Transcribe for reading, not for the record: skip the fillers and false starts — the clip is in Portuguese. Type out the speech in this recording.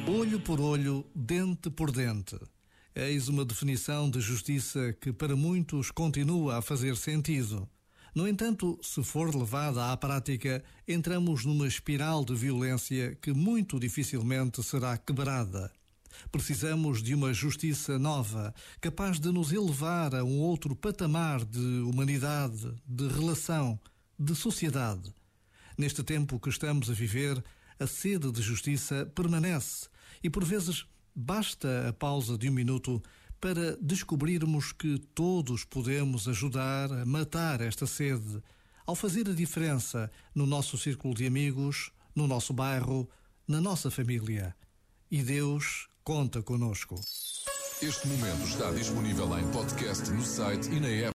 Olho por olho, dente por dente. Eis uma definição de justiça que para muitos continua a fazer sentido. No entanto, se for levada à prática, entramos numa espiral de violência que muito dificilmente será quebrada. Precisamos de uma justiça nova, capaz de nos elevar a um outro patamar de humanidade, de relação, de sociedade. Neste tempo que estamos a viver, a sede de justiça permanece e, por vezes, basta a pausa de um minuto para descobrirmos que todos podemos ajudar a matar esta sede, ao fazer a diferença no nosso círculo de amigos, no nosso bairro, na nossa família. E Deus conta conosco. Este momento está disponível em podcast no site e na app.